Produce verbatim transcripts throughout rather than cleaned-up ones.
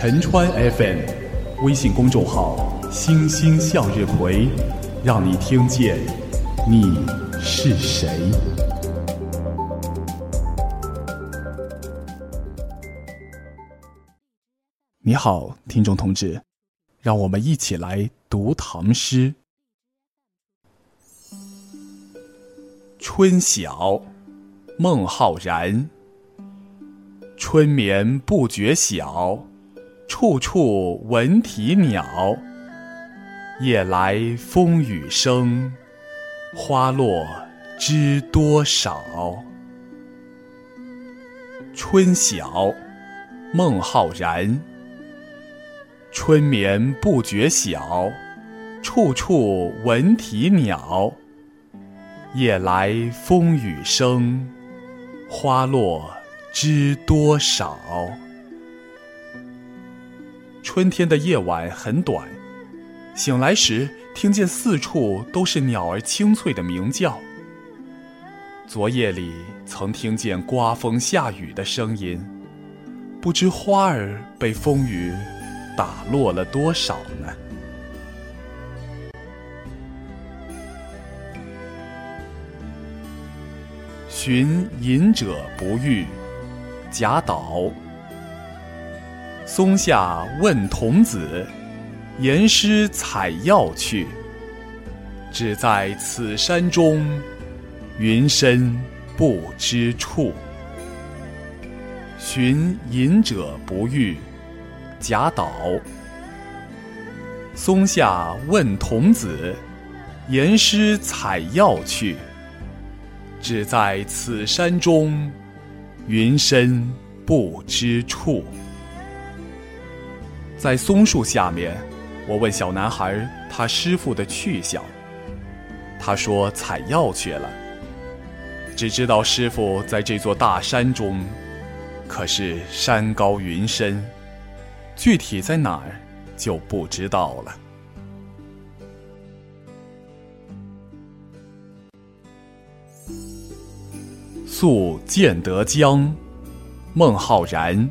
陈川 F M 微信公众号星星向日葵，让你听见你是谁。你好，听众同志，让我们一起来读唐诗。春晓，孟浩然。春眠不觉晓，处处闻啼鸟。夜来风雨声，花落知多少。春晓，孟浩然。春眠不觉晓，处处闻啼鸟。夜来风雨声，花落知多少。春天的夜晚很短，醒来时听见四处都是鸟儿清脆的鸣叫。昨夜里曾听见刮风下雨的声音，不知花儿被风雨打落了多少呢？寻隐者不遇，贾岛。松下问童子，言师采药去。只在此山中，云深不知处。寻隐者不遇，贾岛。松下问童子，言师采药去。只在此山中，云深不知处。在松树下面，我问小男孩他师父的去向。他说采药去了，只知道师父在这座大山中，可是山高云深，具体在哪儿就不知道了。宿建德江，孟浩然。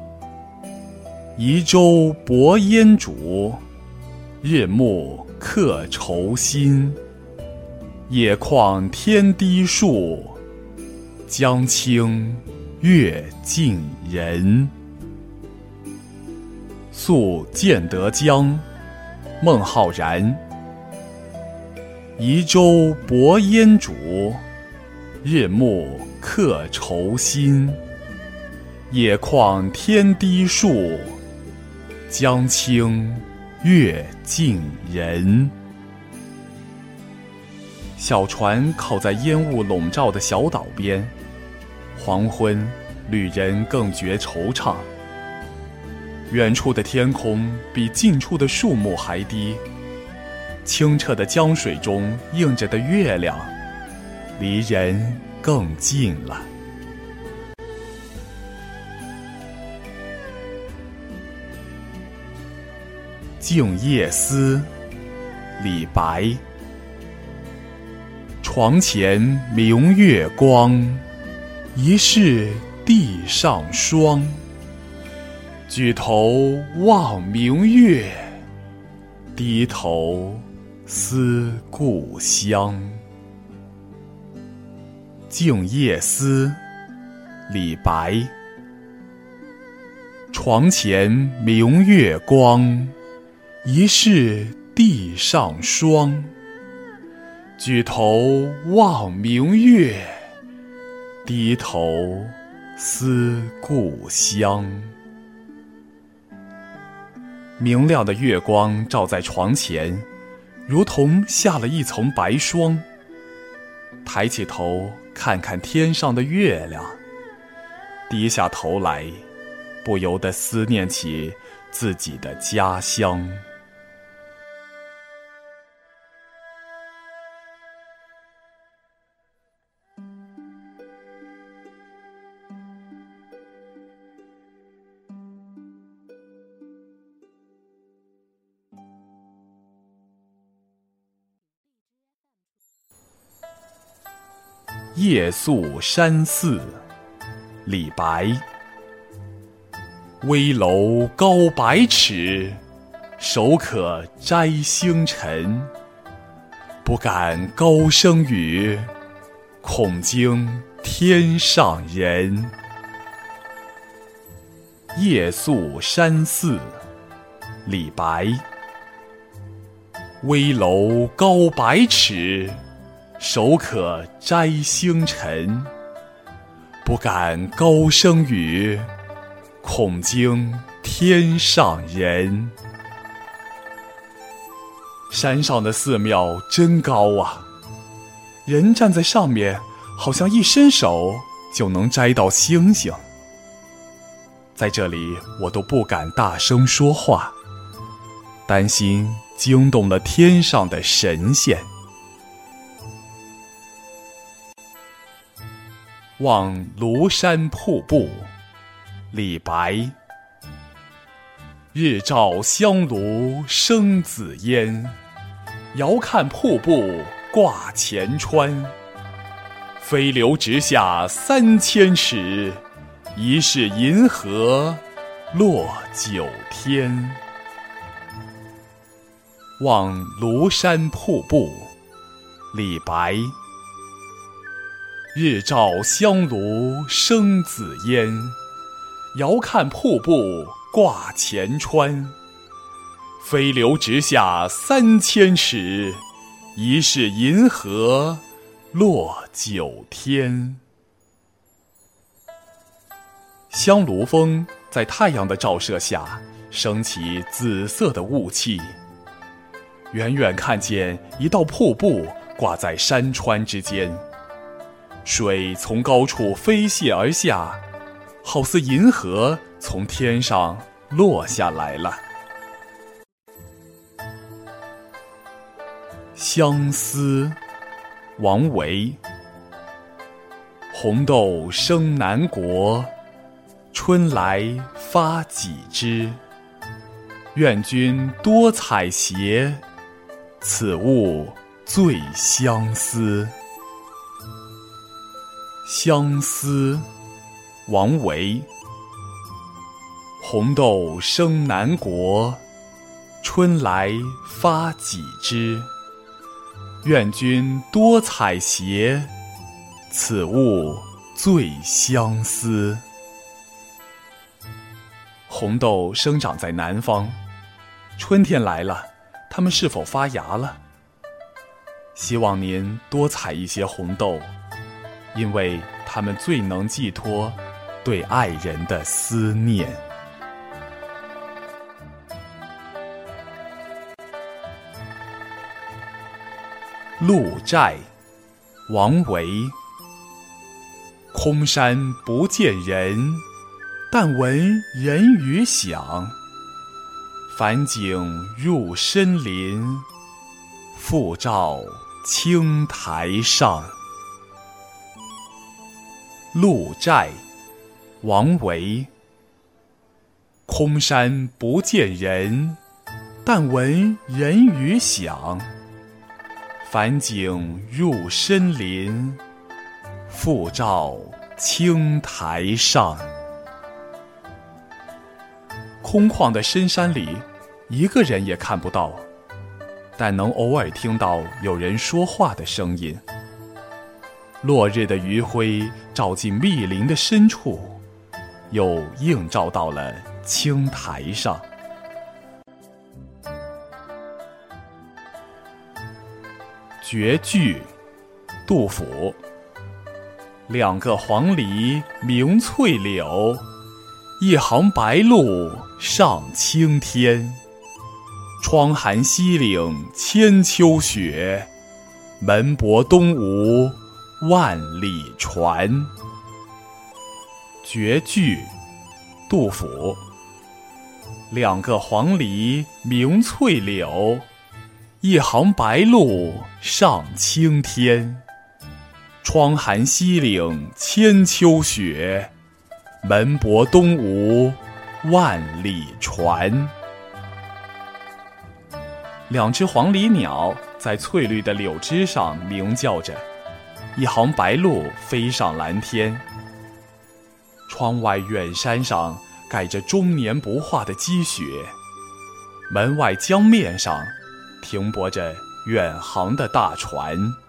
移舟泊烟渚，日暮客愁新。野旷天低树，江清月近人。宿建德江，孟浩然。移舟泊烟渚，日暮客愁新。野旷天低树，江清月近人。小船靠在烟雾笼罩的小岛边，黄昏，旅人更觉惆怅。远处的天空比近处的树木还低，清澈的江水中映着的月亮，离人更近了。静夜思，李白。床前明月光，疑是地上霜。举头望明月，低头思故乡。静夜思，李白。床前明月光，疑是地上霜。举头望明月，低头思故乡。明亮的月光照在床前，如同下了一层白霜。抬起头看看天上的月亮，低下头来，不由得思念起自己的家乡。夜宿山寺，李白。 危楼高百尺，手可摘星辰。不敢高声语，恐惊天上人。夜宿山寺，李白。危楼高百尺，手可摘星辰。不敢高声语，恐惊天上人。山上的寺庙真高啊，人站在上面，好像一伸手就能摘到星星。在这里，我都不敢大声说话，担心惊动了天上的神仙。望庐山瀑布，李白。日照香炉生紫烟，遥看瀑布挂前川。飞流直下三千尺，疑是银河落九天。望庐山瀑布，李白。日照香炉生紫烟，遥看瀑布挂前川。飞流直下三千尺，疑是银河落九天。香炉峰在太阳的照射下升起紫色的雾气，远远看见一道瀑布挂在山川之间，水从高处飞泻而下，好似银河从天上落下来了。相思，王维。红豆生南国，春来发几枝。愿君多采撷，此物最相思。相思，王维。红豆生南国，春来发几枝。愿君多采撷，此物最相思。红豆生长在南方，春天来了，它们是否发芽了？希望您多采一些红豆，因为它们最能寄托对爱人的思念。鹿柴，王维。空山不见人，但闻人语响。返景入深林，复照青苔上。鹿柴，王维。空山不见人，但闻人语响。返景入深林，复照青苔上。空旷的深山里，一个人也看不到，但能偶尔听到有人说话的声音。落日的余晖照进密林的深处，又映照到了青苔上。绝句，杜甫。两个黄鹂鸣翠柳，一行白鹭上青天。窗含西岭千秋雪，门泊东吴万里船。绝句，杜甫。两个黄鹂鸣翠柳，一行白鹭上青天。窗含西岭千秋雪，门泊东吴万里船。两只黄鹂鸟在翠绿的柳枝上鸣叫着，一行白鹭飞上蓝天。窗外远山上盖着终年不化的积雪，门外江面上停泊着远航的大船。